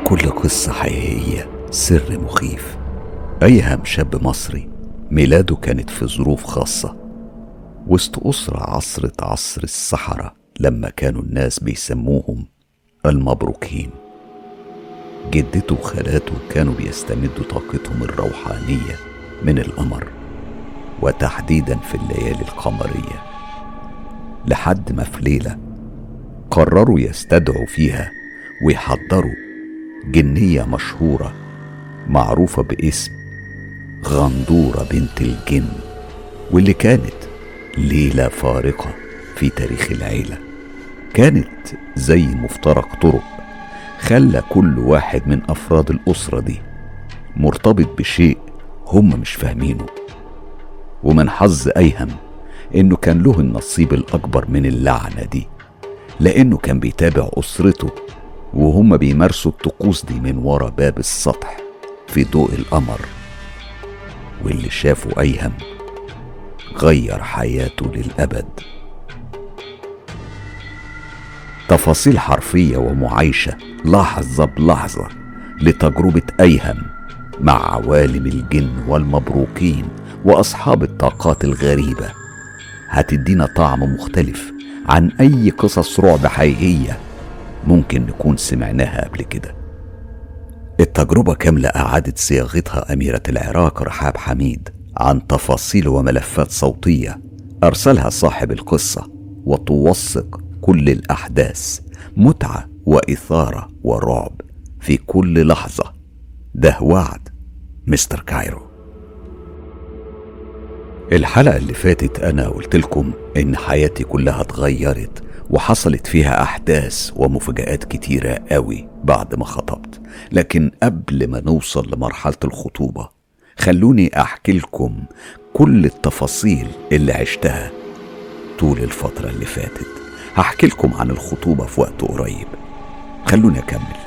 كل قصة حقيقية سر مخيف. أيهم شاب مصري ميلاده كانت في ظروف خاصة وسط أسرة عصرت عصر الصحراء لما كانوا الناس بيسموهم المبروكين. جدته وخالاته كانوا بيستمدوا طاقتهم الروحانية من القمر، وتحديدا في الليالي القمرية، لحد ما في ليلة قرروا يستدعوا فيها ويحضروا جنية مشهورة معروفة باسم غندورة بنت الجن، واللي كانت ليلة فارقة في تاريخ العيلة. كانت زي مفترق طرق خلى كل واحد من أفراد الأسرة دي مرتبط بشيء هم مش فاهمينه. ومن حظ أيهم إنه كان له النصيب الأكبر من اللعنة دي، لأنه كان بيتابع أسرته وهم بيمارسوا الطقوس دي من ورا باب السطح في ضوء القمر. واللي شافه أيهم غير حياته للأبد. تفاصيل حرفية ومعايشة لحظة بلحظة لتجربة أيهم مع عوالم الجن والمبروكين وأصحاب الطاقات الغريبة هتدينا طعم مختلف عن أي قصص رعب حقيقية ممكن نكون سمعناها قبل كده. التجربة كاملة أعادت صياغتها أميرة العراق رحاب حميد عن تفاصيل وملفات صوتية أرسلها صاحب القصة، وتوثق كل الأحداث، متعة وإثارة ورعب في كل لحظة. ده وعد مستر كايرو. الحلقة اللي فاتت أنا قلت لكم إن حياتي كلها اتغيرت وحصلت فيها أحداث ومفاجآت كتيرة قوي بعد ما خطبت. لكن قبل ما نوصل لمرحلة الخطوبة خلوني أحكي لكم كل التفاصيل اللي عشتها طول الفترة اللي فاتت. هحكي لكم عن الخطوبة في وقت قريب. خلوني أكمل.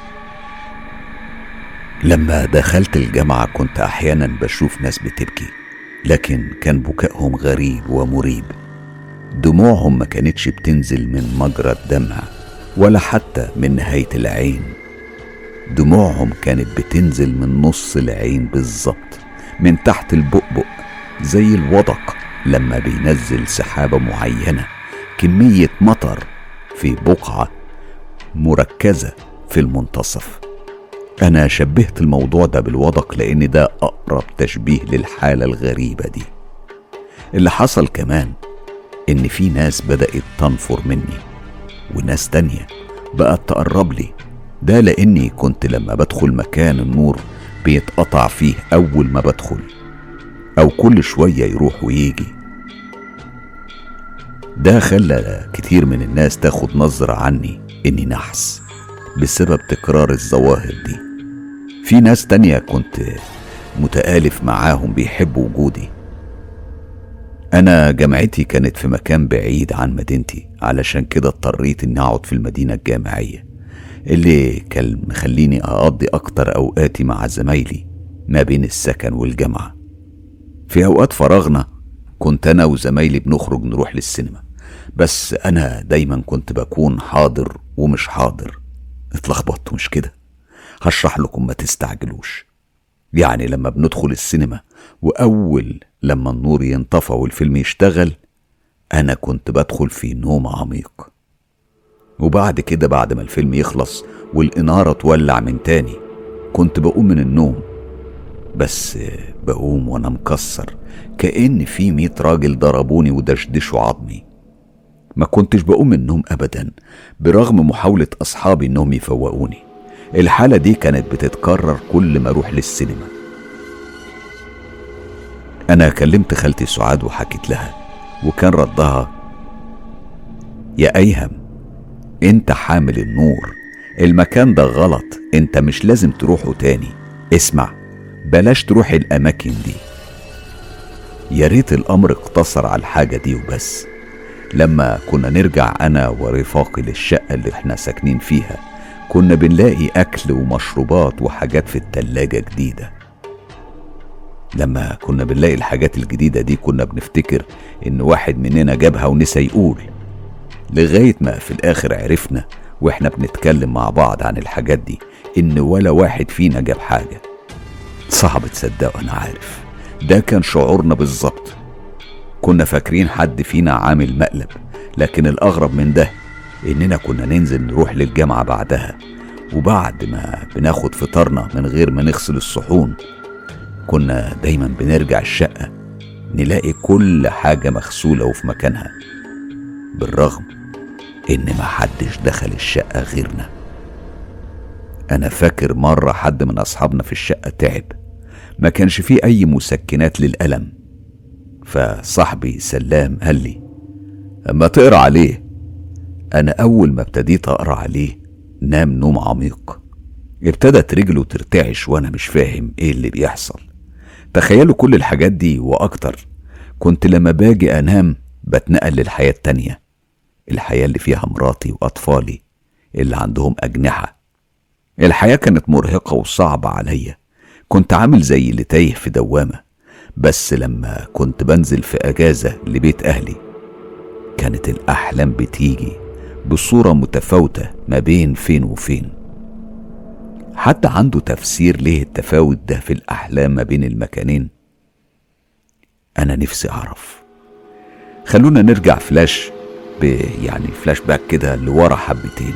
لما دخلت الجامعة كنت أحيانا بشوف ناس بتبكي، لكن كان بكائهم غريب ومريب. دموعهم ما كانتش بتنزل من مجرى الدمع ولا حتى من نهاية العين. دموعهم كانت بتنزل من نص العين بالظبط، من تحت البؤبؤ، زي الوضق لما بينزل سحابة معينة، كمية مطر في بقعة مركزة في المنتصف. أنا شبهت الموضوع ده بالوضق لأن ده أقرب تشبيه للحالة الغريبة دي. اللي حصل كمان إن في ناس بدأت تنفر مني، وناس تانية بقت تقرب لي. ده لأني كنت لما بدخل مكان النور بيتقطع فيه أول ما بدخل، أو كل شوية يروح ويجي. ده خلى كتير من الناس تاخد نظرة عني إني نحس بسبب تكرار الظواهر دي. في ناس تانية كنت متآلف معاهم بيحبوا وجودي. أنا جامعتي كانت في مكان بعيد عن مدينتي، علشان كده اضطريت إني أقعد في المدينة الجامعية اللي كان مخليني أقضي أكتر أوقاتي مع زمايلي ما بين السكن والجامعة. في أوقات فراغنا كنت أنا وزمايلي بنخرج نروح للسينما، بس أنا دايما كنت بكون حاضر ومش حاضر. اتلخبطت مش كده؟ هشرح لكم ما تستعجلوش. يعني لما بندخل السينما وأول لما النور ينطفى والفيلم يشتغل، أنا كنت بدخل في نوم عميق. وبعد كده بعد ما الفيلم يخلص والإنارة تولع من تاني كنت بقوم من النوم، بس بقوم وأنا مكسر كأن في 100 راجل ضربوني ودشدشوا عظمي. ما كنتش بقوم من النوم أبدا برغم محاولة أصحابي إنهم يفوقوني. الحالة دي كانت بتتكرر كل ما أروح للسينما. أنا كلمت خالتي سعاد وحكيت لها، وكان ردها: يا أيهم، أنت حامل النور، المكان ده غلط، أنت مش لازم تروحه تاني. اسمع، بلاش تروح الأماكن دي. يا ريت الأمر اقتصر على الحاجة دي وبس. لما كنا نرجع أنا ورفاقي للشقة اللي احنا ساكنين فيها كنا بنلاقي أكل ومشروبات وحاجات في التلاجة جديدة. لما كنا بنلاقي الحاجات الجديدة دي كنا بنفتكر إن واحد مننا جابها ونسى يقول، لغاية ما في الآخر عرفنا واحنا بنتكلم مع بعض عن الحاجات دي ان ولا واحد فينا جاب حاجة. صعب تصدقوا، انا عارف، ده كان شعورنا بالظبط. كنا فاكرين حد فينا عامل مقلب، لكن الاغرب من ده اننا كنا ننزل نروح للجامعة بعدها، وبعد ما بناخد فطارنا من غير ما نغسل الصحون كنا دايما بنرجع الشقة نلاقي كل حاجة مغسولة وفي مكانها، بالرغم ان ما حدش دخل الشقة غيرنا. انا فاكر مرة حد من اصحابنا في الشقة تعب، ما كانش فيه اي مسكنات للألم، فصاحبي سلام قال لي اما تقرأ عليه. انا اول ما ابتديت اقرأ عليه نام نوم عميق، ابتدت رجله ترتعش وانا مش فاهم ايه اللي بيحصل. تخيلوا كل الحاجات دي واكتر، كنت لما باجي انام بتنقل للحياة التانية، الحياة اللي فيها مراتي واطفالي اللي عندهم اجنحة. الحياة كانت مرهقة وصعبة عليا، كنت عامل زي اللي تايه في دوامة. بس لما كنت بنزل في اجازة لبيت اهلي كانت الاحلام بتيجي بصورة متفاوتة ما بين فين وفين. حد عنده تفسير ليه التفاوت ده في الأحلام ما بين المكانين؟ أنا نفسي أعرف. خلونا نرجع فلاش فلاش باك كده لورا حبتين.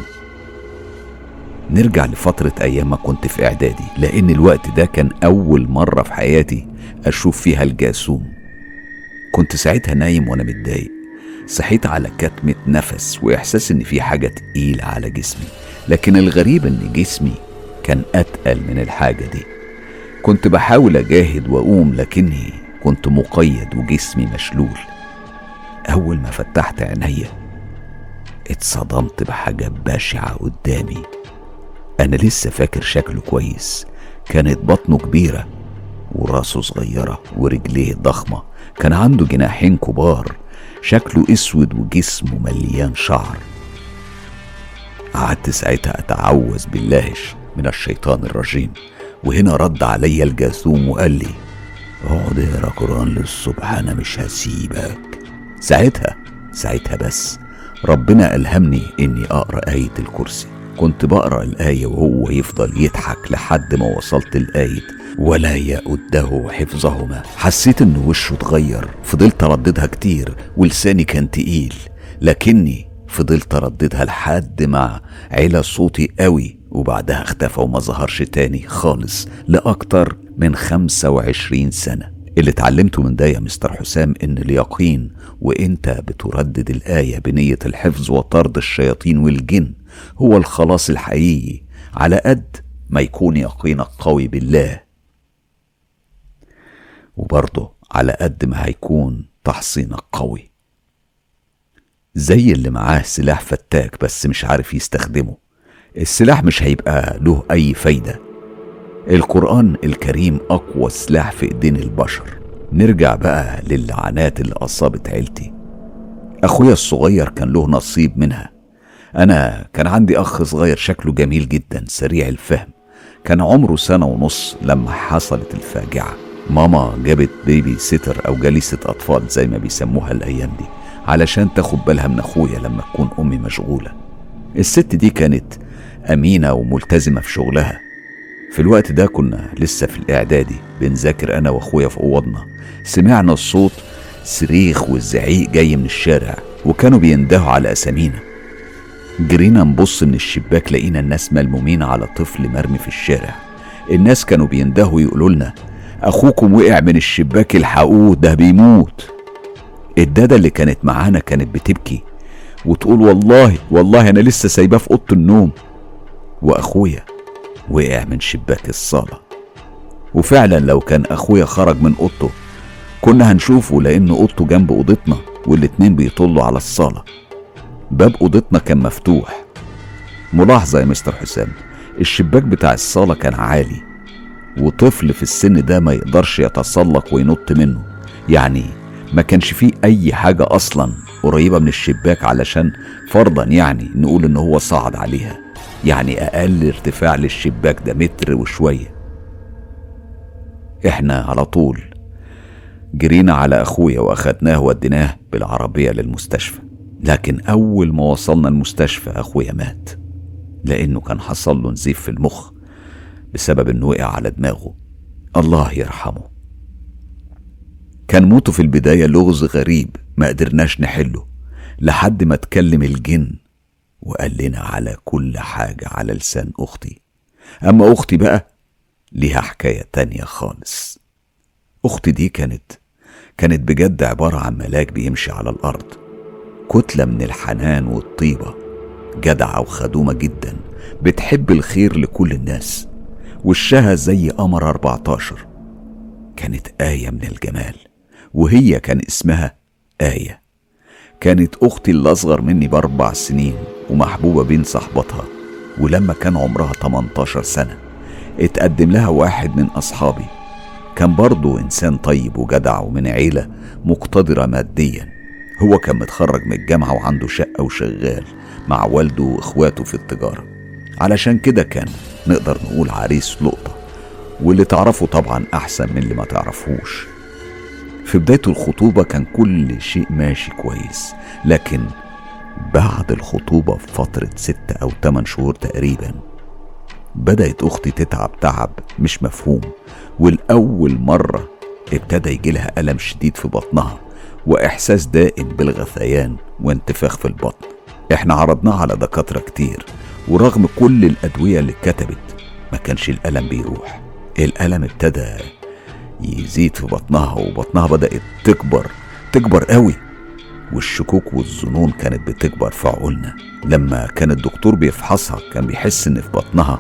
نرجع لفترة أيام ما كنت في إعدادي، لأن الوقت ده كان أول مرة في حياتي أشوف فيها الجاسوم. كنت ساعتها نايم وأنا متضايق، صحيت على كتمة نفس وإحساس إن في حاجة تقيلة على جسمي، لكن الغريب إن جسمي كان أتقل من الحاجة دي. كنت بحاول أجاهد وأقوم لكني كنت مقيد وجسمي مشلول. أول ما فتحت عينيا اتصدمت بحاجة بشعة قدامي. أنا لسه فاكر شكله كويس، كانت بطنه كبيرة وراسه صغيرة ورجليه ضخمة، كان عنده جناحين كبار، شكله اسود وجسمه مليان شعر. قعدت ساعتها اتعوذ بالله من الشيطان الرجيم، وهنا رد علي الجاثوم وقال لي اقعد اقرا قرآن للصبح، انا مش هسيبك. ساعتها بس ربنا ألهمني اني اقرا آية الكرسي. كنت بقرا الآية وهو يفضل يضحك لحد ما وصلت الآية ولا يؤده حفظهما. حسيت ان وشه اتغير، فضلت ارددها كتير ولساني كان تقيل، لكني فضلت ارددها لحد ما علا صوتي قوي، وبعدها اختفى وما ظهرش تاني خالص لأكتر من 25 سنة. اللي اتعلمته من ده يا مستر حسام ان اليقين وانت بتردد الآية بنية الحفظ وطرد الشياطين والجن هو الخلاص الحقيقي، على قد ما يكون يقينك قوي بالله، وبرضه على قد ما هيكون تحصينك قوي. زي اللي معاه سلاح فتاك بس مش عارف يستخدمه، السلاح مش هيبقى له اي فايدة. القرآن الكريم اقوى سلاح في ايدين البشر. نرجع بقى للعنات اللي اصابت عيلتي. اخويا الصغير كان له نصيب منها. انا كان عندي اخ صغير شكله جميل جدا سريع الفهم، كان عمره 1.5 سنة لما حصلت الفاجعة. ماما جابت بيبي سيتر او جليسة اطفال زي ما بيسموها الايام دي علشان تاخد بالها من اخويا لما تكون امي مشغولة. الست دي كانت امينة وملتزمة في شغلها. في الوقت ده كنا لسه في الاعدادي بنذاكر انا واخويا في اوضنا، سمعنا الصوت صريخ والزعيق جاي من الشارع وكانوا بيندهوا على اسامينا. جرينا نبص من الشباك لقينا الناس ملمومين على طفل مرمي في الشارع. الناس كانوا بيندهوا يقولوا لنا اخوكم وقع من الشباك الحقوه ده بيموت. الدادة اللي كانت معانا كانت بتبكي وتقول والله انا لسه سايباه في اوضه النوم، واخويا وقع من شباك الصالة. وفعلا لو كان اخويا خرج من اوضته كنا هنشوفه، لان اوضته جنب اوضتنا والاتنين بيطلوا على الصالة. باب اوضتنا كان مفتوح. ملاحظة يا مستر حسام، الشباك بتاع الصالة كان عالي وطفل في السن ده ما يقدرش يتسلق وينط منه، يعني ما كانش فيه اي حاجة اصلا قريبة من الشباك علشان فرضا يعني نقول ان هو صعد عليها، يعني اقل ارتفاع للشباك ده 1 متر وشوية. احنا على طول جرينا على اخويا واخدناه وديناه بالعربية للمستشفى، لكن اول ما وصلنا المستشفى اخويا مات. لأنه كان حصل له نزيف في المخ بسبب إنه وقع على دماغه، الله يرحمه. كان موته في البداية لغز غريب ما قدرناش نحله لحد ما اتكلم الجن وقال لنا على كل حاجة على لسان أختي. أما أختي بقى ليها حكاية تانية خالص. أختي دي كانت بجد عبارة عن ملاك بيمشي على الأرض، كتلة من الحنان والطيبة، جدعة وخدومة جدا، بتحب الخير لكل الناس، وشها زي قمر 14. كانت آية من الجمال، وهي كان اسمها آية. كانت أختي اللي أصغر مني ب4 سنين ومحبوبة بين صحباتها. ولما كان عمرها 18 سنة اتقدم لها واحد من أصحابي، كان برضو إنسان طيب وجدع ومن عيلة مقتدرة ماديا. هو كان متخرج من الجامعة وعنده شقة وشغال مع والده وإخواته في التجارة، علشان كده كان نقدر نقول عريس لقطة، واللي تعرفه طبعا أحسن من اللي ما تعرفوش. في بداية الخطوبة كان كل شيء ماشي كويس، لكن بعد الخطوبة بفترة 6 أو 8 شهور تقريبا بدأت أختي تتعب تعب مش مفهوم، والأول مرة ابتدى يجيلها ألم شديد في بطنها وإحساس دائم بالغثيان وانتفاخ في البطن. احنا عرضناها على دكاترة كتير، ورغم كل الأدوية اللي اتكتبت ما كانش الألم بيروح. الألم ابتدى يزيد في بطنها، وبطنها بدأت تكبر قوي، والشكوك والظنون كانت بتكبر في عقولنا. لما كان الدكتور بيفحصها كان بيحس ان في بطنها،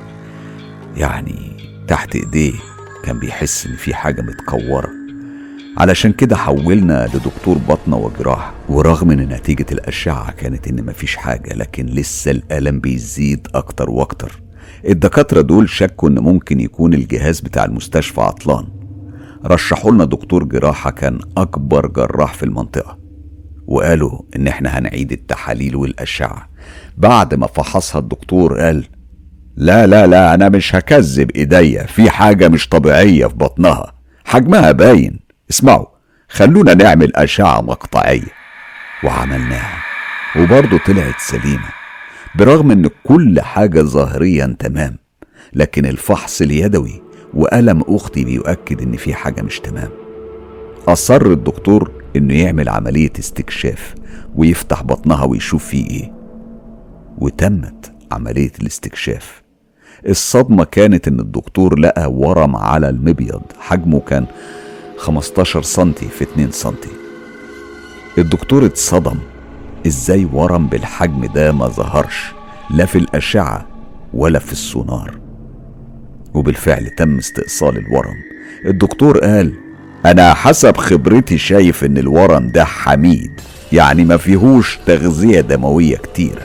يعني تحت ايديه، كان بيحس ان في حاجة متكورة. علشان كده حولنا لدكتور بطنة وجراحة، ورغم ان نتيجة الأشعة كانت ان مفيش حاجة، لكن لسه الألم بيزيد اكتر واكتر. الدكاترة دول شكوا ان ممكن يكون الجهاز بتاع المستشفى عطلان. رشحوا لنا دكتور جراحة كان اكبر جراح في المنطقة، وقالوا ان احنا هنعيد التحاليل والأشعة. بعد ما فحصها الدكتور قال لا انا مش هكذب ايديا، في حاجة مش طبيعية في بطنها، حجمها باين. اسمعوا، خلونا نعمل أشعة مقطعية. وعملناها وبرضه طلعت سليمة، برغم ان كل حاجة ظاهريا تمام، لكن الفحص اليدوي وألم أختي بيؤكد ان في حاجة مش تمام. أصر الدكتور انه يعمل عملية استكشاف ويفتح بطنها ويشوف فيه ايه، وتمت عملية الاستكشاف. الصدمة كانت ان الدكتور لقى ورم على المبيض، حجمه كان 15 سنتي في 2 سنتي. الدكتور اتصدم، ازاي ورم بالحجم ده ما ظهرش لا في الأشعة ولا في السونار؟ وبالفعل تم استئصال الورم. الدكتور قال انا حسب خبرتي شايف ان الورم ده حميد، يعني ما فيهوش تغذية دموية كتيرة.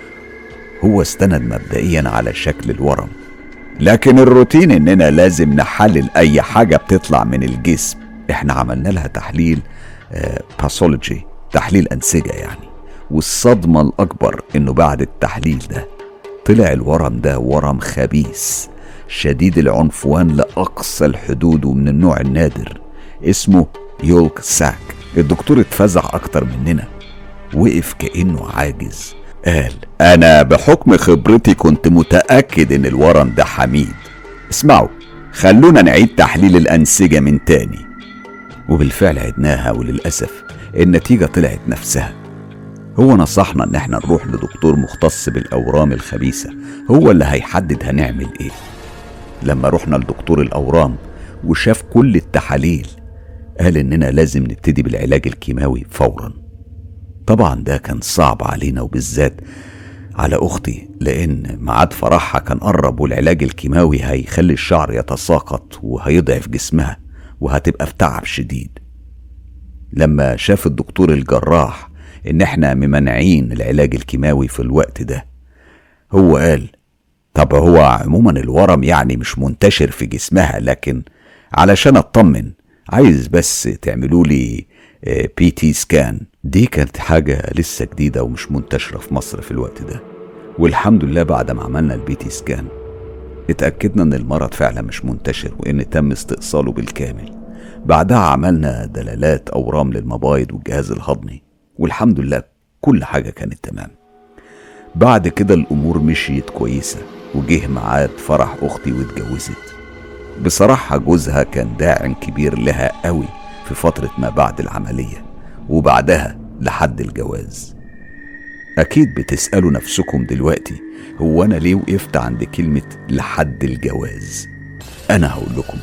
هو استند مبدئيا على شكل الورم، لكن الروتين اننا لازم نحلل اي حاجة بتطلع من الجسم. احنا عملنا لها تحليل باثولوجي، تحليل أنسجة يعني. والصدمة الأكبر انه بعد التحليل ده طلع الورم ده ورم خبيث شديد العنفوان لأقصى الحدود ومن النوع النادر، اسمه يولك ساك. الدكتور اتفزع اكتر مننا، وقف كأنه عاجز. قال انا بحكم خبرتي كنت متأكد ان الورم ده حميد. اسمعوا، خلونا نعيد تحليل الأنسجة من تاني. وبالفعل عدناها، وللأسف النتيجة طلعت نفسها. هو نصحنا ان احنا نروح لدكتور مختص بالأورام الخبيثة، هو اللي هيحدد هنعمل ايه. لما رحنا لدكتور الأورام وشاف كل التحاليل قال اننا لازم نبتدي بالعلاج الكيماوي فورا. طبعا ده كان صعب علينا وبالذات على اختي، لان ميعاد فرحها كان قرب، والعلاج الكيماوي هيخلي الشعر يتساقط وهيضعف جسمها وهتبقى في تعب شديد. لما شاف الدكتور الجراح ان احنا ممنعين العلاج الكيماوي في الوقت ده، هو قال طب هو عموما الورم يعني مش منتشر في جسمها، لكن علشان اطمن عايز بس تعملوا لي PT سكان. دي كانت حاجة لسه جديدة ومش منتشرة في مصر في الوقت ده، والحمد لله بعد ما عملنا الBT سكان اتأكدنا ان المرض فعلا مش منتشر وان تم استئصاله بالكامل. بعدها عملنا دلالات أورام للمبايض والجهاز الهضمي، والحمد لله كل حاجة كانت تمام. بعد كده الأمور مشيت كويسة، وجه ميعاد فرح أختي واتجوزت. بصراحة جوزها كان داعم كبير لها قوي في فترة ما بعد العملية وبعدها لحد الجواز. أكيد بتسألوا نفسكم دلوقتي، هو أنا ليه وقفت عند كلمة لحد الجواز؟ أنا هقول لكم،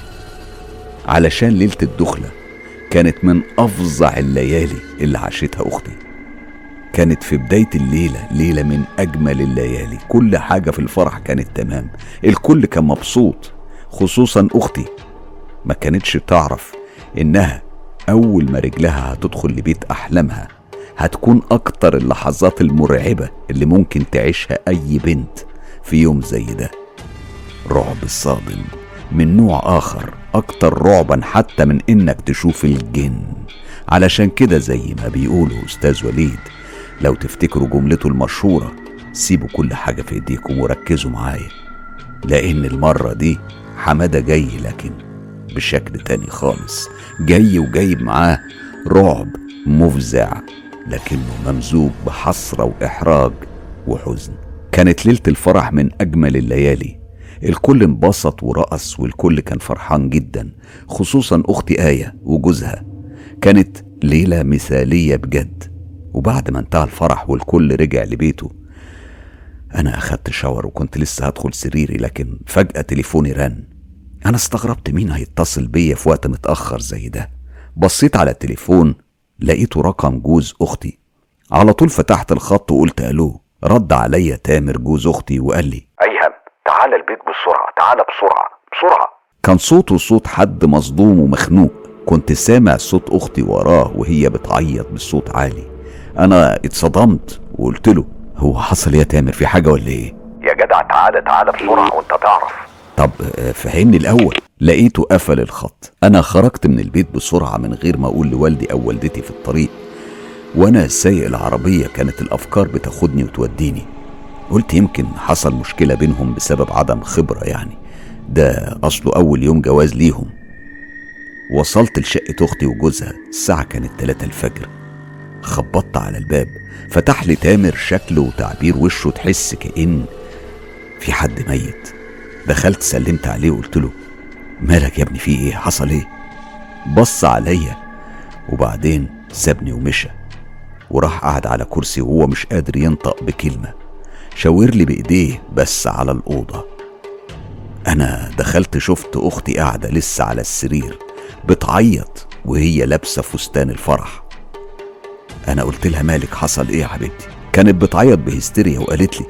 علشان ليلة الدخلة كانت من أفظع الليالي اللي عاشتها أختي. كانت في بداية الليلة ليلة من أجمل الليالي، كل حاجة في الفرح كانت تمام، الكل كان مبسوط، خصوصا أختي. ما كانتش تعرف إنها أول ما رجلها هتدخل لبيت أحلامها هتكون أكتر اللحظات المرعبة اللي ممكن تعيشها أي بنت في يوم زي ده. رعب صادم من نوع آخر، أكتر رعبا حتى من إنك تشوف الجن. علشان كده زي ما بيقولوا أستاذ وليد، لو تفتكروا جملته المشهورة، سيبوا كل حاجة في ايديكم وركزوا معايا، لأن المرة دي حمادة جاي، لكن بشكل تاني خالص. جاي وجايب معاه رعب مفزع، لكنه ممزوج بحسرة وإحراج وحزن. كانت ليلة الفرح من أجمل الليالي، الكل انبسط ورقص والكل كان فرحان جدا، خصوصا أختي آية وجوزها. كانت ليلة مثالية بجد. وبعد ما انتهى الفرح والكل رجع لبيته، أنا أخدت شاور وكنت لسه هدخل سريري، لكن فجأة تليفوني رن. أنا استغربت مين هيتصل بيا في وقت متأخر زي ده. بصيت على التليفون لقيته رقم جوز أختي. على طول فتحت الخط وقلت ألو. رد عليا تامر جوز أختي وقال لي أيهم تعال البيت بسرعة، تعال بسرعة بسرعة. كان صوته صوت حد مصدوم ومخنوق. كنت سامع صوت أختي وراه وهي بتعيط بصوت عالي. أنا اتصدمت وقلت له هو حصل يا تامر، في حاجة ولا ايه؟ يا جدع تعال بسرعة وانت تعرف. طب فهمني الأول. لقيته قفل الخط. أنا خرجت من البيت بسرعة من غير ما أقول لوالدي أو والدتي في الطريق. وأنا سايق العربية كانت الأفكار بتاخدني وتوديني. قلت يمكن حصل مشكلة بينهم بسبب عدم خبرة، يعني ده أصله أول يوم جواز ليهم. وصلت لشقة أختي وجوزها، الساعة كانت 3 الفجر. خبطت على الباب، فتح لي تامر، شكله وتعبير وشه تحس كأن في حد ميت. دخلت سلمت عليه وقلت له مالك يا ابني، في ايه، حصل ايه؟ بص عليا وبعدين سابني ومشى، وراح قعد على كرسي وهو مش قادر ينطق بكلمة. شاور لي بإيديه بس على الأوضة. أنا دخلت شفت أختي قاعدة لسه على السرير بتعيط وهي لابسة فستان الفرح. أنا قلت لها مالك، حصل إيه يا حبيبتي؟ كانت بتعيط بهستيريا وقالت لي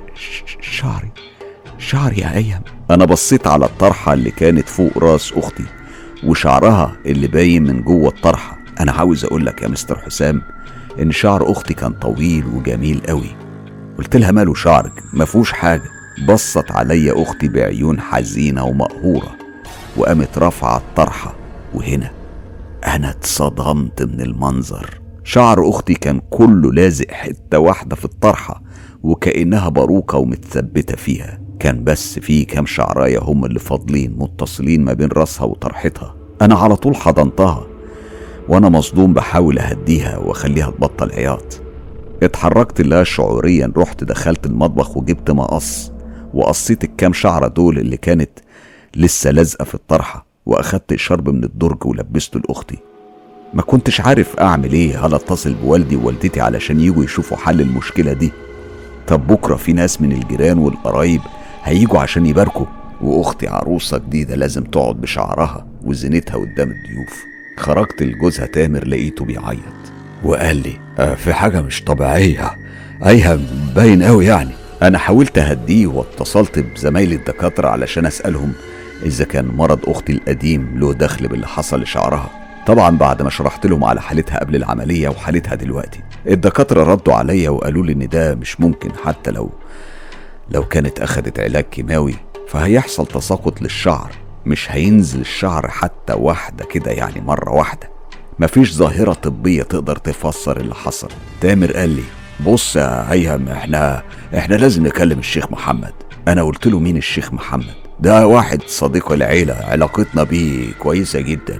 شعري يا أيهم. أنا بصيت على الطرحة اللي كانت فوق راس أختي وشعرها اللي باين من جوه الطرحة. أنا عاوز أقول لك يا مستر حسام إن شعر أختي كان طويل وجميل قوي. قلت لها ماله شعرك؟ مفوش حاجة. بصت عليا أختي بعيون حزينة ومقهورة وقامت رافعة الطرحة. وهنا أنا اتصدمت من المنظر. شعر أختي كان كله لازق حتة واحدة في الطرحة وكأنها باروكة ومتثبتة فيها. كان بس فيه كام شعراية هم اللي فاضلين متصلين ما بين راسها وطرحتها. أنا على طول حضنتها وأنا مصدوم بحاول أهديها وأخليها تبطل عياط. اتحركت لا شعوريا، رحت دخلت المطبخ وجبت مقص وقصيت الكام شعرة دول اللي كانت لسه لازقة في الطرحة، وأخدت شرب من الدرج ولبسته لأختي. ما كنتش عارف أعمل إيه، هل أتصل بوالدي ووالدتي علشان يجوا يشوفوا حل المشكلة دي؟ طب بكرة في ناس من الجيران والقرايب هيجوا عشان يباركوا، وأختي عروسة جديدة لازم تقعد بشعرها وزينتها قدام الضيوف. خرجت لجوزها تامر لقيته بيعيط وقال لي في حاجة مش طبيعية أيهم، باين قوي يعني. أنا حاولت أهديه واتصلت بزمايلي الدكاترة علشان أسألهم إذا كان مرض أختي القديم له دخل باللي حصل لشعرها. طبعا بعد ما شرحت لهم على حالتها قبل العملية وحالتها دلوقتي، الدكاترة ردوا عليا وقالوا لي إن ده مش ممكن، حتى لو كانت أخدت علاج كيماوي فهيحصل تساقط للشعر، مش هينزل الشعر حتى واحدة كده يعني مرة واحدة. مفيش ظاهرة طبية تقدر تفسر اللي حصل. تامر قال لي بص يا أيهم، احنا لازم نكلم الشيخ محمد. أنا قلت له مين الشيخ محمد؟ ده واحد صديق العيلة، علاقتنا بيه كويسة جدا،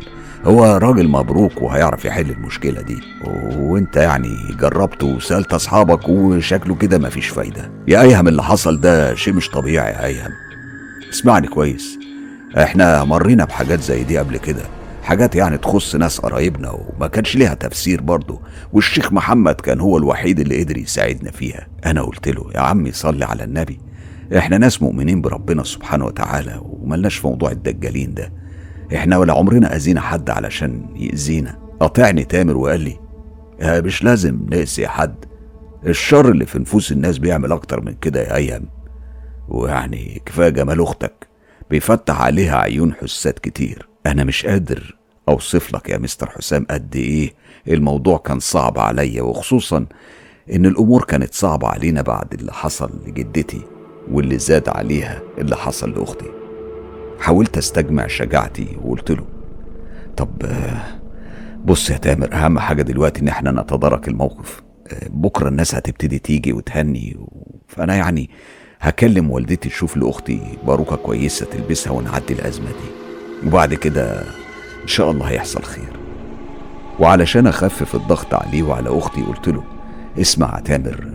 هو راجل مبروك وهيعرف يحل المشكلة دي، وانت يعني جربت وسألت اصحابك وشكله كده مفيش فايدة. يا ايهم اللي حصل ده شيء مش طبيعي يا ايهم. اسمعني كويس، احنا مرينا بحاجات زي دي قبل كده، حاجات يعني تخص ناس قرايبنا وما كانش ليها تفسير برضه، والشيخ محمد كان هو الوحيد اللي قدر يساعدنا فيها. انا قلت له يا عمي صلي على النبي، احنا ناس مؤمنين بربنا سبحانه وتعالى وملناش في موضوع الدجالين ده، احنا ولا عمرنا اذينا حد علشان يأذينا. قاطعني تامر وقال لي مش لازم نأذي حد، الشر اللي في نفوس الناس بيعمل اكتر من كده يا ايام، ويعني كفايه جمال اختك بيفتح عليها عيون حسات كتير. انا مش قادر اوصف لك يا مستر حسام قد ايه الموضوع كان صعب عليا، وخصوصا ان الامور كانت صعبة علينا بعد اللي حصل لجدتي واللي زاد عليها اللي حصل لاختي. حاولت استجمع شجاعتي وقلت له طب بص يا تامر، اهم حاجة دلوقتي ان احنا نتدارك الموقف، بكرة الناس هتبتدي تيجي وتهني، فانا يعني هكلم والدتي تشوف لاختي باروكة كويسة تلبسها ونعدي الازمة دي، وبعد كده ان شاء الله هيحصل خير. وعلشان اخفف الضغط عليه وعلى اختي قلت له اسمع يا تامر،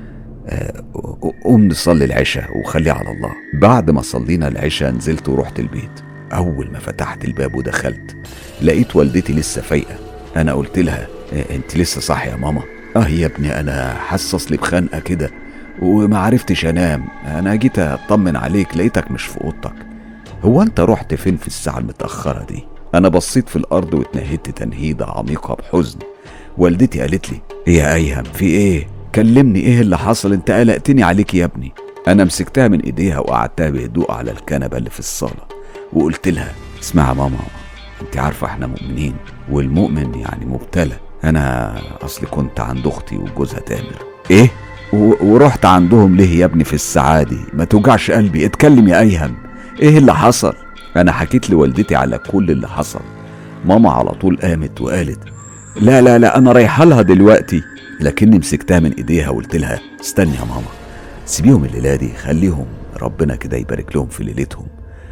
قوم نصلي العشاء وخلي على الله. بعد ما صلينا العشاء نزلت ورحت البيت. اول ما فتحت الباب ودخلت لقيت والدتي لسه فايقة. انا قلت لها انت لسه صاحية يا ماما؟ يا ابني انا حسس لي بخنقة كده وما عرفتش انام، انا جيت اطمن عليك لقيتك مش في اوضتك. هو انت رحت فين في الساعة المتأخرة دي؟ انا بصيت في الارض واتنهدت تنهيدة عميقة بحزن. والدتي قالت لي يا ايهم في ايه؟ كلمني ايه اللي حصل، انت قلقتني عليك يا ابني. انا مسكتها من ايديها وقعدتها بهدوء على الكنبة اللي في الصالة وقلت لها اسمع يا ماما، انت عارفة احنا مؤمنين والمؤمن يعني مبتلى. انا اصلي كنت عند اختي وجوزها تامر. ايه؟ ورحت عندهم ليه يا ابني في الساعة دي؟ ما توجعش قلبي، اتكلم يا ايهم، ايه اللي حصل؟ انا حكيت لوالدتي على كل اللي حصل. ماما على طول قامت وقالت لا لا لا انا رايحه لها دلوقتي، لكني مسكتها من ايديها وقلت لها استني يا ماما، سيبيهم الليله دي، خليهم ربنا كده يبارك لهم في ليلتهم،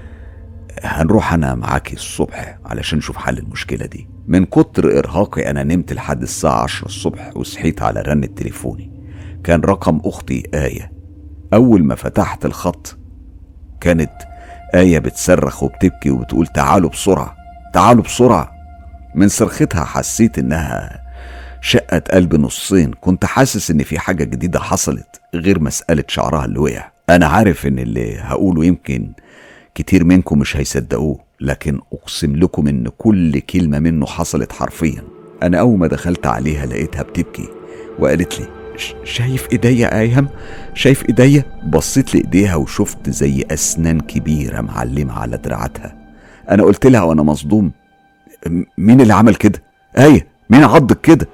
هنروح انا معاكي الصبح علشان نشوف حل المشكله دي. من كتر ارهاقي انا نمت لحد الساعه 10 الصبح وصحيت على رن تليفوني، كان رقم اختي آية. اول ما فتحت الخط كانت آية بتصرخ وبتبكي وبتقول تعالوا بسرعة تعالوا بسرعة. من صرختها حسيت انها شقت قلبي نصين، كنت حاسس ان في حاجة جديدة حصلت غير مسألة شعرها اللي وقع. انا عارف ان اللي هقوله يمكن كتير منكم مش هيصدقوه، لكن اقسم لكم ان كل كلمة منه حصلت حرفيا. انا اول ما دخلت عليها لقيتها بتبكي وقالت لي شايف ايديا يا ايهم؟ شايف ايديا؟ بصيت لايديها وشفت زي اسنان كبيرة معلمة على دراعتها. انا قلت لها وانا مصدوم مين اللي عمل كده؟ آية مين عضك كده؟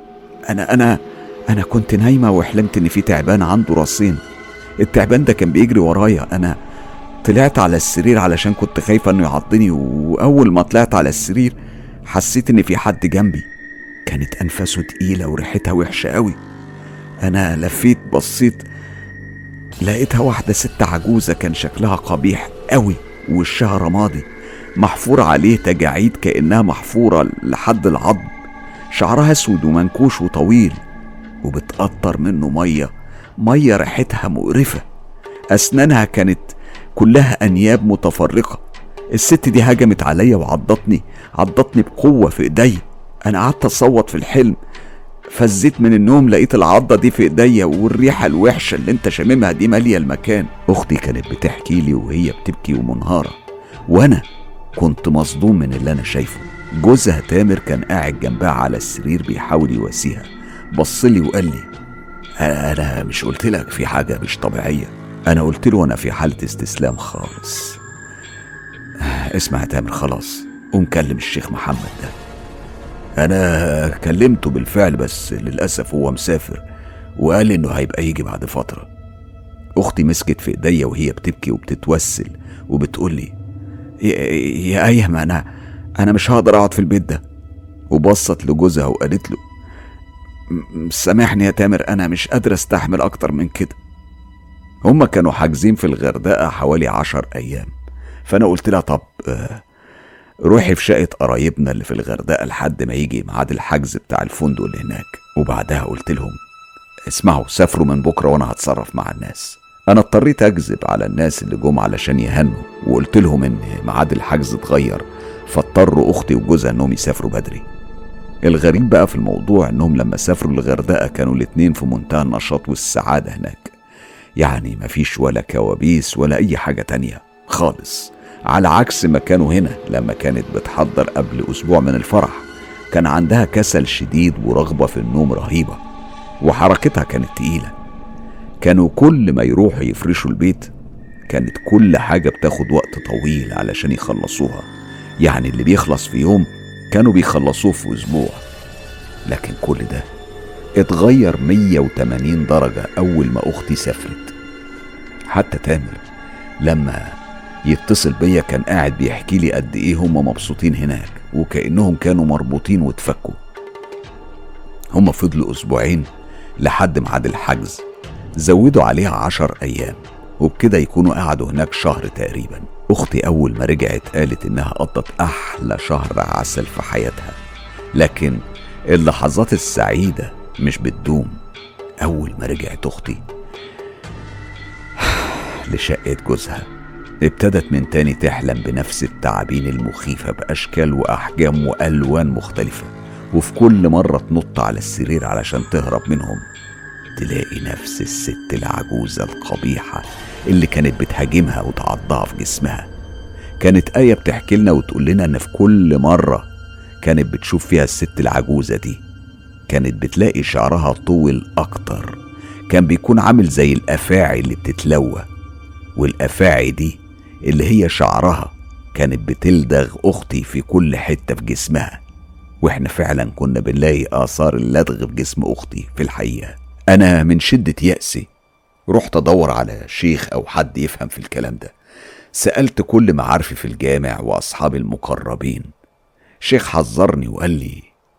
انا كنت نايمة وحلمت ان في تعبان عنده راسين، التعبان ده كان بيجري ورايا، انا طلعت على السرير علشان كنت خايفة انه يعضني، واول ما طلعت على السرير حسيت ان في حد جنبي، كانت انفاسه تقيلة وريحتها وحشة قوي. انا لفيت بصيت لقيتها واحدة ست عجوزة كان شكلها قبيح قوي ووشها رمادي محفور عليه تجاعيد كأنها محفورة لحد العظم، شعرها اسود ومنكوش وطويل وبتقطر منه مية ريحتها مقرفة، اسنانها كانت كلها انياب متفرقة. الست دي هجمت عليا وعضتني بقوة في ايدي. انا قعدت اصوت في الحلم، فزيت من النوم لقيت العضة دي في ايديا والريحة الوحشة اللي انت شاممها دي مالية المكان. اختي كانت بتحكي لي وهي بتبكي ومنهارة، وانا كنت مصدوم من اللي انا شايفه. جوزها تامر كان قاعد جنبها على السرير بيحاول يواسيها، بصلي وقال لي انا مش قلت لك في حاجة مش طبيعية؟ انا قلت له انا في حالة استسلام خالص. اسمع يا تامر خلاص قوم كلم الشيخ محمد ده. انا كلمته بالفعل بس للأسف هو مسافر وقال انه هيبقى يجي بعد فترة. اختي مسكت في ايديا وهي بتبكي وبتتوسل وبتقول لي يا ايهم انا مش هقدر اقعد في البيت ده، وبصت لجوزها وقالت له سامحني يا تامر انا مش قادر استحمل اكتر من كده. هما كانوا حاجزين في الغردقة حوالي 10 ايام، فانا قلت لها طب روحي في شقة قرايبنا اللي في الغردقة لحد ما يجي ميعاد الحجز بتاع الفندق اللي هناك. وبعدها قلت لهم اسمعوا، سافروا من بكرة وانا هتصرف مع الناس. انا اضطريت اكذب على الناس اللي جم علشان يهنوا، وقلت لهم ان ميعاد الحجز اتغير، فاضطروا اختي وجوزها انهم يسافروا بدري. الغريب بقى في الموضوع انهم لما سافروا الغردقة كانوا الاتنين في منتهى النشاط والسعادة هناك، يعني مفيش ولا كوابيس ولا اي حاجة تانية خالص، على عكس ما كانوا هنا لما كانت بتحضر قبل اسبوع من الفرح. كان عندها كسل شديد ورغبة في النوم رهيبة، وحركتها كانت تقيلة. كانوا كل ما يروحوا يفرشوا البيت كانت كل حاجة بتاخد وقت طويل علشان يخلصوها، يعني اللي بيخلص في يوم كانوا بيخلصوه في اسبوع. لكن كل ده اتغير 180 درجة اول ما اختي سافرت. حتى تامر لما يتصل بيا كان قاعد بيحكي لي قد ايه هم مبسوطين هناك، وكأنهم كانوا مربوطين واتفكوا. هم فضلوا اسبوعين لحد ميعاد الحجز، زودوا عليها 10 ايام، وبكده يكونوا قعدوا هناك شهر تقريبا. اختي اول ما رجعت قالت انها قضت احلى شهر عسل في حياتها، لكن اللحظات السعيدة مش بتدوم. اول ما رجعت اختي لشقة جوزها ابتدت من تاني تحلم بنفس التعابين المخيفة بأشكال وأحجام وألوان مختلفة، وفي كل مرة تنط على السرير علشان تهرب منهم تلاقي نفس الست العجوزة القبيحة اللي كانت بتهاجمها وتعضها في جسمها. كانت آية بتحكي لنا وتقول لنا ان في كل مرة كانت بتشوف فيها الست العجوزة دي كانت بتلاقي شعرها طول اكتر، كان بيكون عامل زي الافاعي اللي بتتلوى، والافاعي دي اللي هي شعرها كانت بتلدغ اختي في كل حتة في جسمها. واحنا فعلا كنا بنلاقي اثار اللدغ في جسم اختي في الحقيقة. انا من شدة يأسي رحت ادور على شيخ او حد يفهم في الكلام ده. سألت كل معارفي في الجامع واصحابي المقربين. شيخ حذرني وقال لي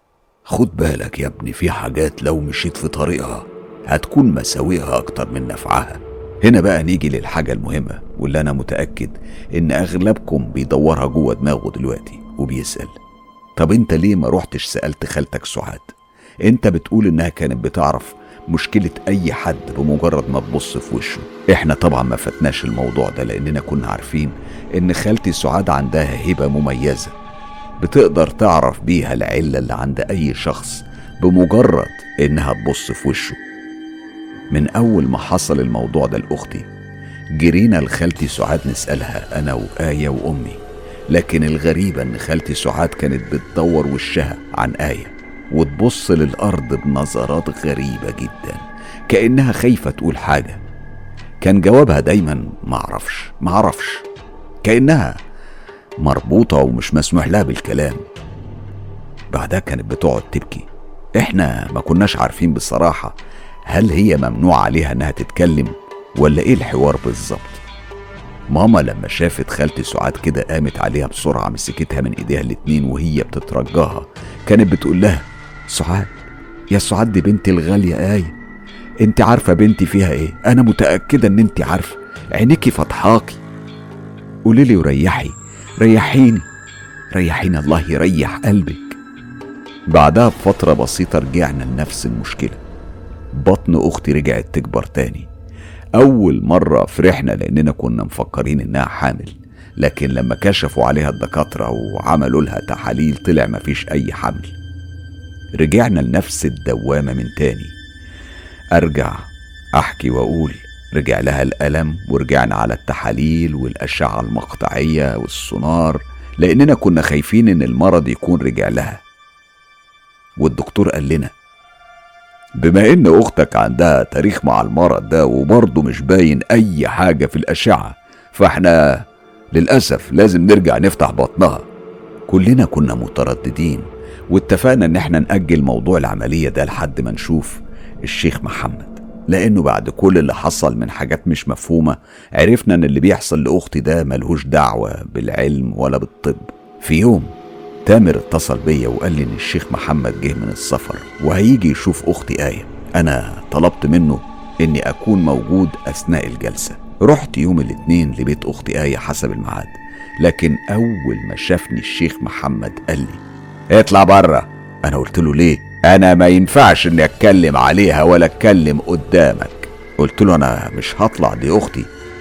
خد بالك يا ابني، في حاجات لو مشيت في طريقها هتكون مساوئها اكتر من نفعها. هنا بقى نيجي للحاجة المهمة واللي انا متأكد ان اغلبكم بيدورها جوه دماغه دلوقتي وبيسأل طب انت ليه ما روحتش سألت خالتك سعاد؟ انت بتقول انها كانت بتعرف مشكلة اي حد بمجرد ما تبص في وشه. احنا طبعا ما فتناش الموضوع ده لاننا كنا عارفين ان خالتي سعاد عندها هبة مميزة بتقدر تعرف بيها العلة اللي عند اي شخص بمجرد انها تبص في وشه. من اول ما حصل الموضوع ده لاختي جرينا لخالتي سعاد نسألها انا وآية وامي، لكن الغريبة ان خالتي سعاد كانت بتدور وشها عن آية وتبص للأرض بنظرات غريبة جدا كأنها خايفة تقول حاجة. كان جوابها دايما معرفش، كأنها مربوطة ومش مسموح لها بالكلام. بعدها كانت بتقعد تبكي. احنا ما كناش عارفين بصراحة هل هي ممنوع عليها انها تتكلم ولا ايه الحوار بالظبط. ماما لما شافت خالتي سعاد كده قامت عليها بسرعة، مسكتها من ايديها الاتنين وهي بتترجاها. كانت بتقول لها سعاد يا سعاد دي بنتي الغالية آية، انت عارفة بنتي فيها ايه، انا متأكدة ان انت عارفة، عينيكي فتحاكي، قوليلي ريحيني الله يريح قلبك. بعدها بفترة بسيطة رجعنا لنفس المشكلة. بطن اختي رجعت تكبر تاني. اول مرة فرحنا لاننا كنا مفكرين انها حامل، لكن لما كشفوا عليها الدكاترة وعملوا لها تحاليل طلع مفيش اي حمل. رجعنا لنفس الدوامة من تاني. ارجع احكي واقول رجع لها الألم، ورجعنا على التحاليل والأشعة المقطعية والسونار لأننا كنا خايفين إن المرض يكون رجع لها. والدكتور قال لنا بما إن أختك عندها تاريخ مع المرض ده وبرضه مش باين أي حاجة في الأشعة، فإحنا للأسف لازم نرجع نفتح بطنها. كلنا كنا مترددين واتفقنا إن إحنا نأجل موضوع العملية ده لحد ما نشوف الشيخ محمد، لأنه بعد كل اللي حصل من حاجات مش مفهومة عرفنا ان اللي بيحصل لأختي ده ملهوش دعوة بالعلم ولا بالطب. في يوم تامر اتصل بيا وقال لي ان الشيخ محمد جه من السفر وهيجي يشوف أختي آية. انا طلبت منه اني اكون موجود اثناء الجلسة. رحت يوم الاثنين لبيت أختي آية حسب الميعاد. لكن اول ما شافني الشيخ محمد قال لي اطلع بره. انا قلت له ليه؟ انا ما ينفعش اني اتكلم عليها ولا اتكلم قدامك. قلت له انا مش هطلع، دي اختي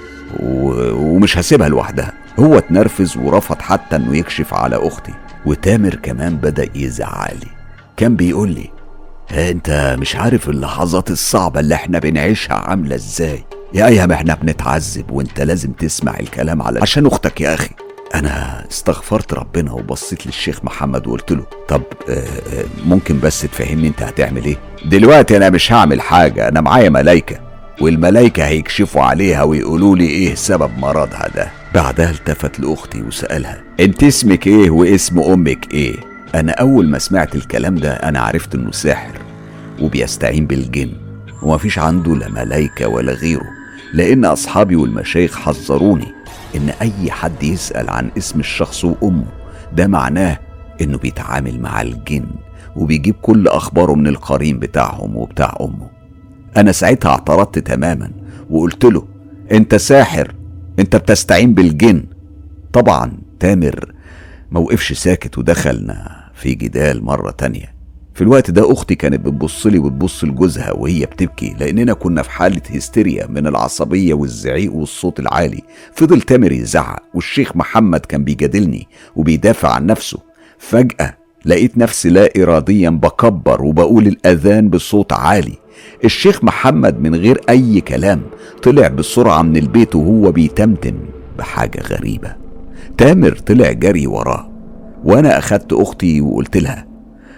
ومش هسيبها لوحدها. هو اتنرفز ورفض حتى انه يكشف على اختي. وتامر كمان بدأ يزعلي، كان بيقول لي انت مش عارف اللحظات الصعبة اللي احنا بنعيشها عاملة ازاي يا ايام، احنا بنتعذب وانت لازم تسمع الكلام عشان اختك يا اخي. انا استغفرت ربنا وبصيت للشيخ محمد وقلت له طب ممكن بس تفهمني انت هتعمل ايه دلوقتي؟ انا مش هعمل حاجة، انا معايا ملايكة والملايكة هيكشفوا عليها ويقولوا لي ايه سبب مرضها ده. بعدها التفت لاختي وسألها انت اسمك ايه واسم امك ايه؟ انا اول ما سمعت الكلام ده انا عرفت انه ساحر وبيستعين بالجن ومفيش عنده لا ملايكة ولا غيره، لان اصحابي والمشايخ حذروني ان اي حد يسأل عن اسم الشخص وامه ده معناه انه بيتعامل مع الجن وبيجيب كل اخباره من القرين بتاعهم وبتاع امه. انا ساعتها اعترضت تماما وقلت له انت ساحر، انت بتستعين بالجن. طبعا تامر موقفش ساكت ودخلنا في جدال مرة تانية. في الوقت ده اختي كانت بتبصلي وتبص لجوزها وهي بتبكي، لاننا كنا في حالة هستيريا من العصبية والزعيق والصوت العالي. فضل تامر يزعق والشيخ محمد كان بيجادلني وبيدافع عن نفسه. فجأة لقيت نفسي لا اراديا بكبر وبقول الاذان بصوت عالي. الشيخ محمد من غير اي كلام طلع بسرعة من البيت وهو بيتمتم بحاجة غريبة. تامر طلع جري وراه وانا اخدت اختي وقلت لها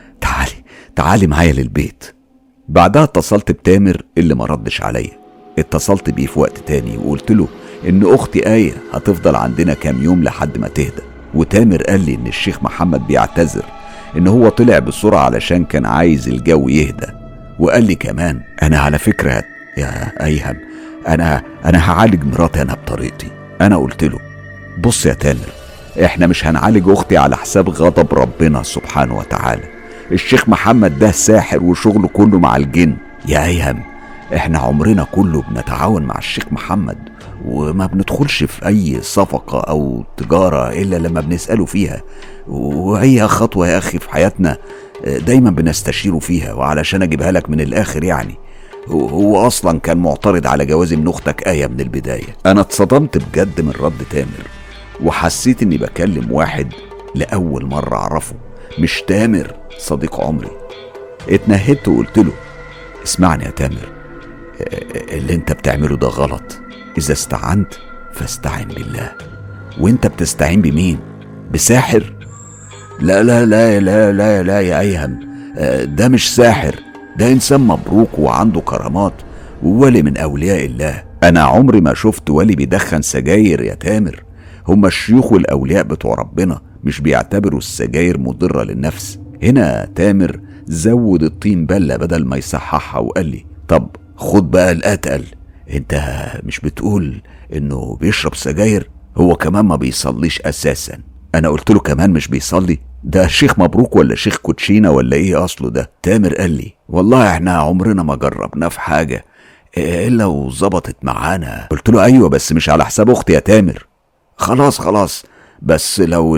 تعالي معايا للبيت. بعدها اتصلت بتامر اللي ما ردش عليا. اتصلت بيه في وقت تاني وقلت له ان اختي آية هتفضل عندنا كام يوم لحد ما تهدى. وتامر قال لي ان الشيخ محمد بيعتذر ان هو طلع بسرعة علشان كان عايز الجو يهدى. وقال لي كمان انا على فكرة يا ايهم انا هعالج مراتي انا بطريقتي. انا قلت له بص يا تامر، احنا مش هنعالج اختي على حساب غضب ربنا سبحانه وتعالى. الشيخ محمد ده ساحر وشغله كله مع الجن. يا ايهم احنا عمرنا كله بنتعاون مع الشيخ محمد وما بندخلش في اي صفقة او تجارة الا لما بنسأله فيها، وهي خطوة يا اخي في حياتنا دايما بنستشيره فيها. وعلشان اجيبها لك من الاخر يعني هو اصلا كان معترض على جوازي من اختك آية من البداية. انا اتصدمت بجد من رد تامر وحسيت اني بكلم واحد لأول مرة اعرفه، مش تامر صديق عمري. اتنهدت وقلت له اسمعني يا تامر، اللي انت بتعمله ده غلط. اذا استعنت فاستعن بالله. وانت بتستعين بمين؟ بساحر؟ لا لا لا لا لا لا يا ايهم، ده مش ساحر، ده انسان مبروك وعنده كرامات وولي من اولياء الله. انا عمري ما شفت ولي بيدخن سجاير يا تامر. هما الشيوخ والاولياء بتوع ربنا مش بيعتبروا السجاير مضرة للنفس. هنا تامر زود الطين بلة بدل ما يصححها وقال لي طب خد بقى الاتقل، انت مش بتقول انه بيشرب سجاير؟ هو كمان ما بيصليش اساسا. انا قلت له كمان مش بيصلي؟ ده شيخ مبروك ولا شيخ كوتشينة ولا ايه اصله ده؟ تامر قال لي والله احنا عمرنا ما جربناه في حاجة الا وظبطت معانا. قلت له ايوه بس مش على حساب اختي يا تامر. خلاص بس لو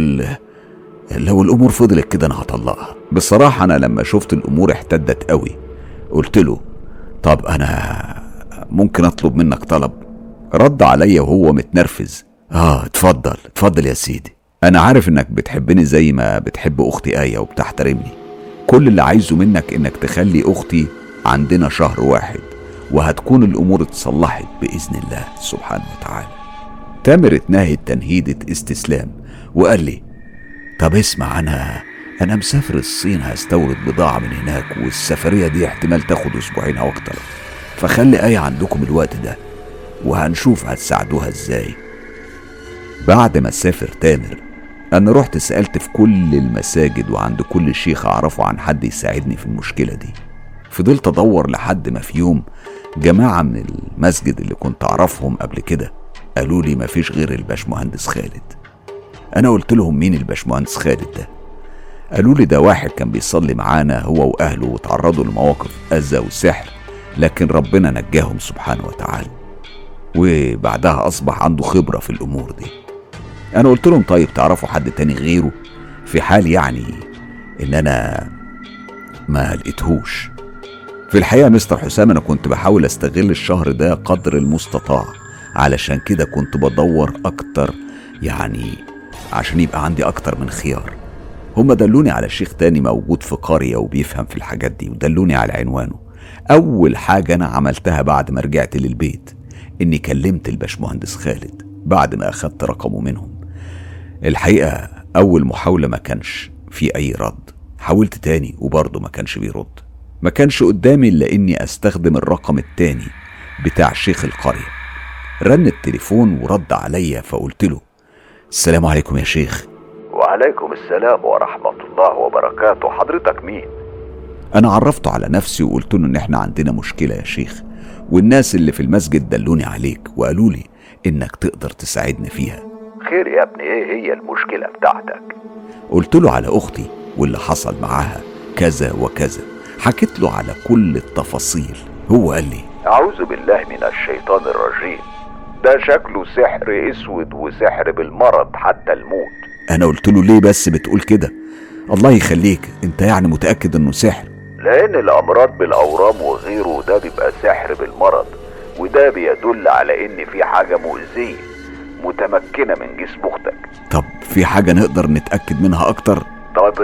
الامور فضلت كده انا هطلقها. بصراحة انا لما شفت الامور احتدت قوي قلت له طب انا ممكن اطلب منك طلب؟ رد عليا وهو متنرفز اتفضل يا سيدي. انا عارف انك بتحبني زي ما بتحب اختي آية وبتحترمني. كل اللي عايزه منك انك تخلي اختي عندنا شهر واحد وهتكون الامور اتصلحت باذن الله سبحانه وتعالى. تامر اتنهد تنهيدة استسلام وقال لي طب اسمع، انا مسافر الصين هستورد بضاعة من هناك والسفرية دي احتمال تاخد اسبوعين او اكتر، فخلي آية عندكم الوقت ده وهنشوف هتساعدوها ازاي. بعد ما سافر تامر انا رحت سألت في كل المساجد وعند كل شيخ اعرفه عن حد يساعدني في المشكلة دي. فضلت ادور لحد ما في يوم جماعة من المسجد اللي كنت اعرفهم قبل كده قالوا لي مفيش غير الباشمهندس خالد. انا قلت لهم مين الباشمهندس خالد ده؟ قالوا لي ده واحد كان بيصلي معانا هو واهله وتعرضوا لمواقف اذى وسحر لكن ربنا نجاهم سبحانه وتعالى، وبعدها اصبح عنده خبرة في الامور دي. انا قلت لهم طيب تعرفوا حد تاني غيره، في حال يعني ان انا ما لقيتهوش. في الحقيقة مستر حسام انا كنت بحاول استغل الشهر ده قدر المستطاع، علشان كده كنت بدور اكتر، يعني عشان يبقى عندي اكتر من خيار. هما دلوني على شيخ تاني موجود في قرية وبيفهم في الحاجات دي، ودلوني على عنوانه. اول حاجة انا عملتها بعد ما رجعت للبيت اني كلمت الباشمهندس خالد بعد ما اخدت رقمه منهم. الحقيقة اول محاولة ما كانش في اي رد، حاولت تاني وبرضه ما كانش بيرد. ما كانش قدامي الا اني استخدم الرقم التاني بتاع شيخ القرية. رن التليفون ورد عليا، فقلت له السلام عليكم يا شيخ. وعليكم السلام ورحمة الله وبركاته. حضرتك مين؟ انا عرفته على نفسي وقلت له ان احنا عندنا مشكلة يا شيخ، والناس اللي في المسجد دلوني عليك وقالوا لي انك تقدر تساعدنا فيها. خير يا ابني، ايه هي المشكلة بتاعتك؟ قلت له على اختي واللي حصل معاها كذا وكذا، حكيت له على كل التفاصيل. هو قال لي أعوذ بالله من الشيطان الرجيم، ده شكله سحر اسود وسحر بالمرض حتى الموت. انا قلت له ليه بس بتقول كده؟ الله يخليك، انت يعني متأكد انه سحر؟ لان الامراض بالاورام وغيره ده بيبقى سحر بالمرض، وده بيدل على ان في حاجة مؤذية متمكنة من جسم اختك. طب في حاجة نقدر نتأكد منها اكتر؟ طب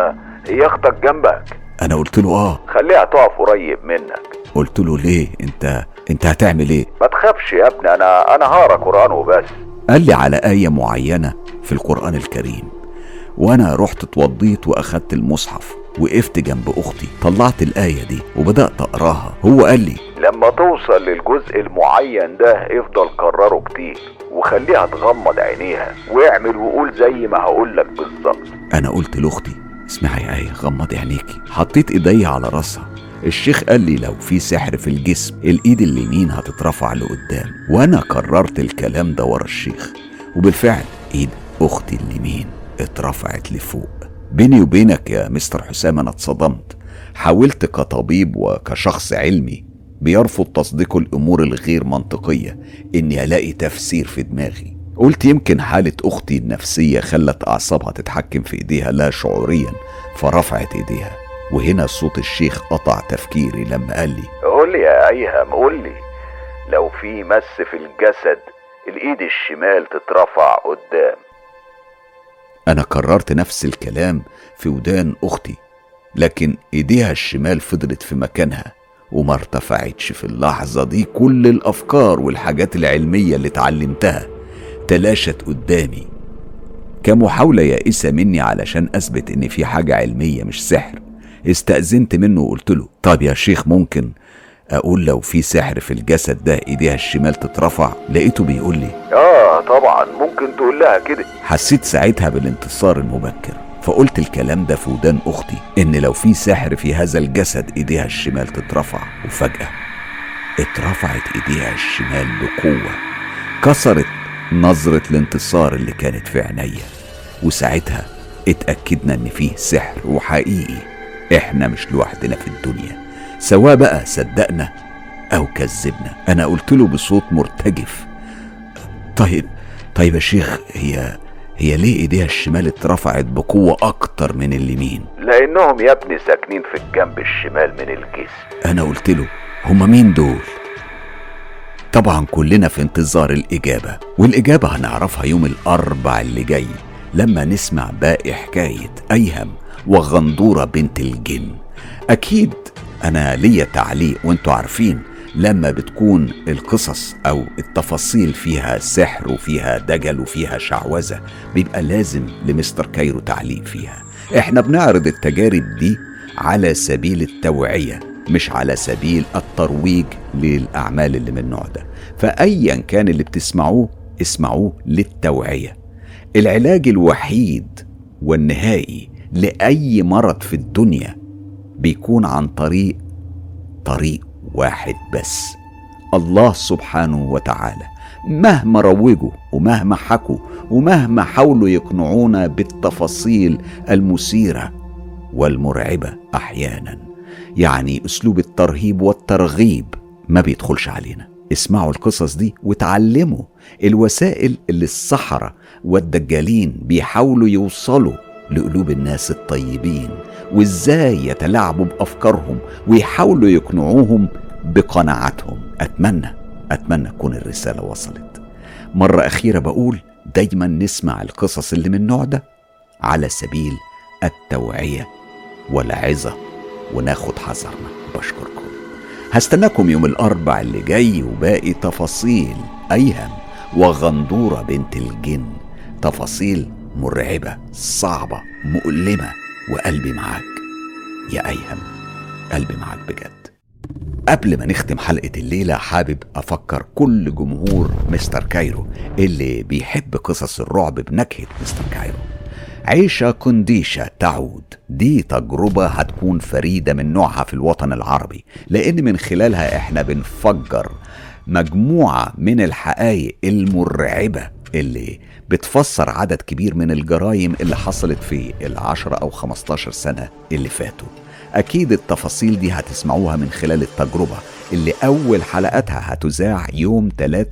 هي اختك جنبك؟ انا قلت له خليها تقف قريب منك. قلت له ليه؟ انت هتعمل ايه؟ ما تخافش يا ابني، انا هقرا قرآن وبس. قال لي على آية معينة في القرآن الكريم، وانا رحت اتوضيت واخدت المصحف، وقفت جنب اختي، طلعت الآية دي وبدأت اقراها. هو قال لي لما توصل للجزء المعين ده افضل كرره كتير، وخليها تغمض عينيها، واعمل وقول زي ما هقولك بالظبط. انا قلت لاختي اسمعي يا آية، غمضي عينيكي. حطيت ايدي على راسها. الشيخ قال لي لو في سحر في الجسم الايد اليمين هتترفع لقدام، وانا كررت الكلام ده ورا الشيخ، وبالفعل ايد اختي اليمين اترفعت لفوق. بيني وبينك يا مستر حسام انا اتصدمت. حاولت كطبيب وكشخص علمي بيرفض تصديق الامور الغير منطقية اني الاقي تفسير في دماغي. قلت يمكن حالة اختي النفسية خلت اعصابها تتحكم في ايديها لا شعوريا فرفعت ايديها. وهنا صوت الشيخ قطع تفكيري لما قال لي قول لي يا ايهم، قول لي لو في مس في الجسد الايد الشمال تترفع قدام. انا كررت نفس الكلام في ودان اختي، لكن ايديها الشمال فضلت في مكانها وما ارتفعتش. في اللحظة دي كل الافكار والحاجات العلمية اللي اتعلمتها تلاشت قدامي كمحاولة يائسة مني علشان اثبت ان في حاجة علمية مش سحر. استأذنت منه وقلت له طب يا شيخ ممكن اقول لو في سحر في الجسد ده ايديها الشمال تترفع؟ لقيته بيقول لي طبعا ممكن تقول لها كده. حسيت ساعتها بالانتصار المبكر، فقلت الكلام ده في ودان اختي ان لو في سحر في هذا الجسد ايديها الشمال تترفع. وفجأة اترفعت ايديها الشمال بقوة كسرت نظرة الانتصار اللي كانت في عينيا. وساعتها اتأكدنا ان فيه سحر وحقيقي احنا مش لوحدنا في الدنيا، سواء بقى صدقنا او كذبنا. انا قلت له بصوت مرتجف طيب يا شيخ، هي ليه ايديها الشمال اترفعت بقوة اكتر من اليمين؟ لانهم يا ابني ساكنين في الجنب الشمال من الجسم. انا قلت له هما مين دول؟ طبعا كلنا في انتظار الاجابة، والاجابة هنعرفها يوم الاربع اللي جاي لما نسمع باقي حكاية ايهم وغندورة بنت الجن. اكيد انا ليا تعليق، وانتوا عارفين لما بتكون القصص او التفاصيل فيها سحر وفيها دجل وفيها شعوذة بيبقى لازم لمستر كايرو تعليق فيها. احنا بنعرض التجارب دي على سبيل التوعية مش على سبيل الترويج للأعمال اللي من النوع ده. فأيا كان اللي بتسمعوه اسمعوه للتوعية. العلاج الوحيد والنهائي لأي مرض في الدنيا بيكون عن طريق واحد بس، الله سبحانه وتعالى. مهما روجوا ومهما حكوا ومهما حاولوا يقنعونا بالتفاصيل المثيرة والمرعبة أحيانا، يعني أسلوب الترهيب والترغيب ما بيدخلش علينا. اسمعوا القصص دي وتعلموا الوسائل اللي السحرة والدجالين بيحاولوا يوصلوا لقلوب الناس الطيبين، وازاي يتلاعبوا بأفكارهم ويحاولوا يقنعوهم بقناعاتهم. أتمنى تكون الرسالة وصلت. مرة أخيرة بقول دايما نسمع القصص اللي من النوع ده على سبيل التوعية والعظة وناخد حذرنا. بشكركم، هستناكم يوم الأربع اللي جاي وباقي تفاصيل أيهم وغندورة بنت الجن، تفاصيل مرعبة صعبة مؤلمة، وقلبي معاك يا أيهم، قلبي معاك بجد. قبل ما نختم حلقة الليلة حابب أفكر كل جمهور مستر كايرو اللي بيحب قصص الرعب بنكهة مستر كايرو. عيشة كونديشة تعود، دي تجربة هتكون فريدة من نوعها في الوطن العربي، لأن من خلالها احنا بنفجر مجموعة من الحقائق المرعبة اللي بتفسر عدد كبير من الجرائم اللي حصلت في 10 أو 15 سنة اللي فاتوا. أكيد التفاصيل دي هتسمعوها من خلال التجربة اللي أول حلقاتها هتذاع يوم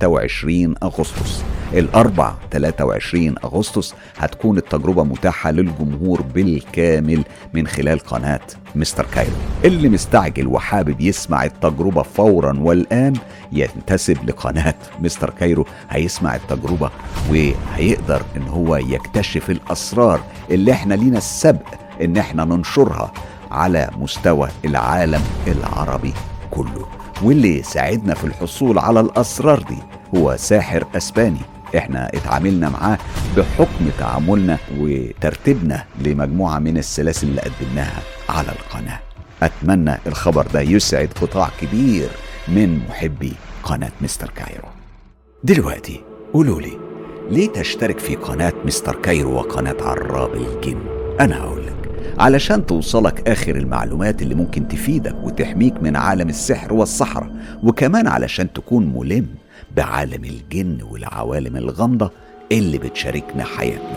23 أغسطس. الأربع 23 أغسطس هتكون التجربة متاحة للجمهور بالكامل من خلال قناة مستر كايرو. اللي مستعجل وحابب يسمع التجربة فورا والآن ينتسب لقناة مستر كايرو، هيسمع التجربة وهيقدر ان هو يكتشف الأسرار اللي احنا لينا السبق ان احنا ننشرها على مستوى العالم العربي كله. واللي ساعدنا في الحصول على الأسرار دي هو ساحر أسباني احنا اتعاملنا معاه بحكم تعاملنا وترتيبنا لمجموعة من السلاسل اللي قدمناها على القناة. أتمنى الخبر ده يسعد قطاع كبير من محبي قناة مستر كايرو. دلوقتي قولولي ليه تشترك في قناة مستر كايرو وقناة عراب الجن؟ أنا هقولك علشان توصلك آخر المعلومات اللي ممكن تفيدك وتحميك من عالم السحر والسحرة، وكمان علشان تكون ملم بعالم الجن والعوالم الغامضة اللي بتشاركنا حياتنا.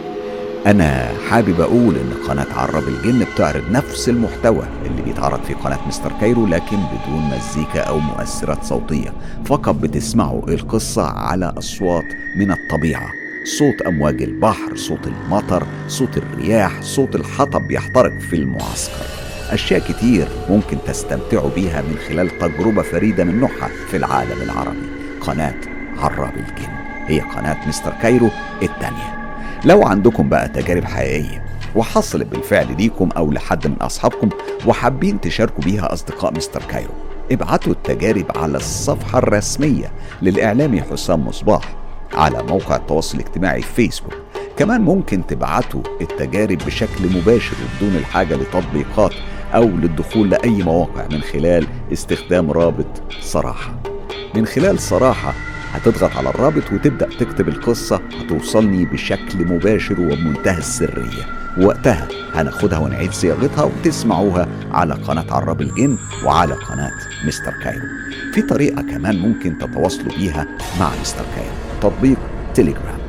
أنا حابب أقول إن قناة عراب الجن بتعرض نفس المحتوى اللي بيتعرض في قناة مستر كايرو، لكن بدون مزيكا أو مؤثرات صوتية، فقط بتسمعوا القصة على أصوات من الطبيعة، صوت أمواج البحر، صوت المطر، صوت الرياح، صوت الحطب بيحترق في المعسكر. أشياء كتير ممكن تستمتعوا بيها من خلال تجربة فريدة من نوعها في العالم العربي. قناة عراب الجن هي قناة مستر كايرو التانية. لو عندكم بقى تجارب حقيقية وحصلت بالفعل ليكم أو لحد من أصحابكم وحابين تشاركوا بيها أصدقاء مستر كايرو، ابعتوا التجارب على الصفحة الرسمية للإعلامي حسام مصباح على موقع التواصل الاجتماعي فيسبوك. كمان ممكن تبعتوا التجارب بشكل مباشر وبدون الحاجة لتطبيقات أو للدخول لأي مواقع من خلال استخدام رابط صراحة. من خلال صراحة هتضغط على الرابط وتبدأ تكتب القصة، هتوصلني بشكل مباشر وبمنتهى السرية، ووقتها هناخدها ونعيد صياغتها وتسمعوها على قناة عراب الجن وعلى قناة مستر كايرو. في طريقة كمان ممكن تتواصلوا بيها مع مستر كايرو، تطبيق تيليجرام.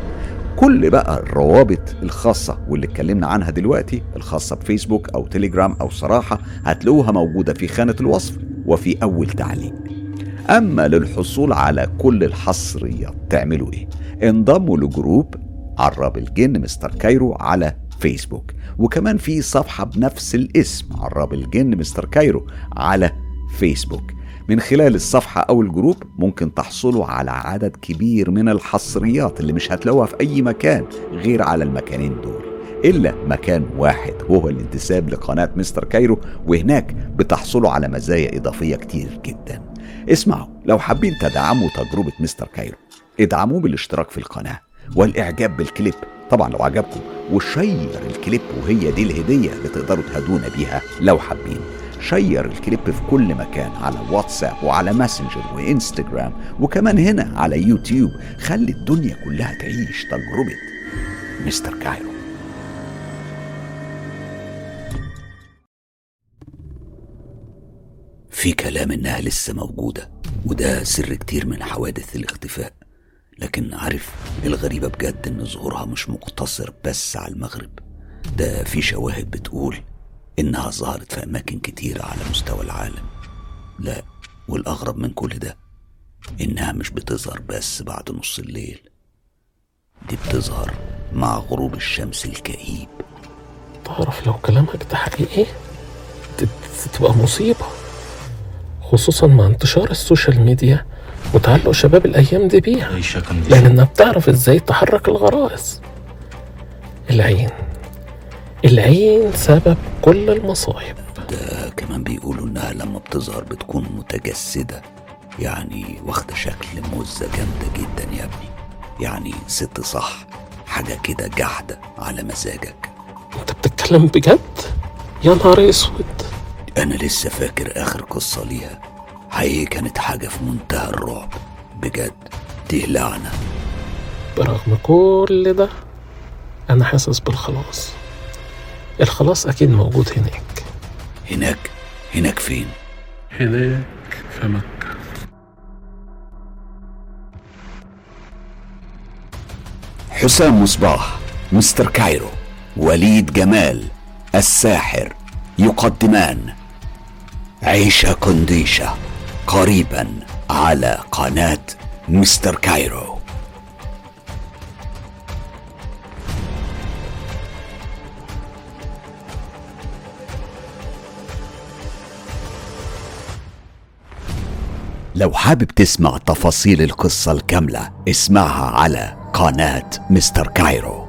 كل بقى الروابط الخاصة واللي اتكلمنا عنها دلوقتي الخاصة بفيسبوك أو تيليجرام أو صراحة هتلاقوها موجودة في خانة الوصف وفي أول تعليق. أما للحصول على كل الحصريات تعملوا إيه؟ انضموا لجروب عراب الجن مستر كايرو على فيسبوك، وكمان في صفحة بنفس الاسم عراب الجن مستر كايرو على فيسبوك. من خلال الصفحة أو الجروب ممكن تحصلوا على عدد كبير من الحصريات اللي مش هتلاقوها في أي مكان غير على المكانين دول، إلا مكان واحد وهو الانتساب لقناة مستر كايرو، وهناك بتحصلوا على مزايا إضافية كتير جدا. اسمعوا، لو حابين تدعموا تجربة مستر كايرو ادعموه بالاشتراك في القناة والإعجاب بالكليب طبعا لو عجبكم، وشير الكليب وهي دي الهدية اللي تقدروا تهدونا بيها. لو حابين شير الكليب في كل مكان على واتساب وعلى ماسنجر وإنستجرام وكمان هنا على يوتيوب. خلي الدنيا كلها تعيش تجربة مستر كايرو. في كلام إنها لسه موجودة، وده سر كتير من حوادث الاختفاء، لكن عارف الغريبة بجد إن ظهورها مش مقتصر بس على المغرب، ده في شواهد بتقول إنها ظهرت في أماكن كتيرة على مستوى العالم. لا، والأغرب من كل ده إنها مش بتظهر بس بعد نص الليل، دي بتظهر مع غروب الشمس الكئيب. تعرف لو كلامك ده حقيقي تبقى مصيبة، خصوصا مع انتشار السوشيال ميديا وتعلق شباب الأيام دي بيها، لأنها بتعرف إزاي تحرك الغرائز. العين سبب كل المصايب. ده كمان بيقولوا إنها لما بتظهر بتكون متجسدة، يعني واخدة شكل مزة جامدة جدا يا ابني، يعني ست صح، حاجة كده جحدة على مزاجك. انت بتتكلم بجد؟ يا نهار اسود. أنا لسه فاكر آخر قصة ليها، حقيقي كانت حاجة في منتهى الرعب بجد، دي لعنة. برغم كل ده أنا حاسس بالخلاص. الخلاص أكيد موجود هناك فين؟ هناك في مكة. حسام مصباح، مستر كايرو، وليد جمال الساحر يقدمان عيشة كونديشة قريبا على قناة مستر كايرو. لو حابب تسمع تفاصيل القصة الكاملة اسمعها على قناة مستر كايرو.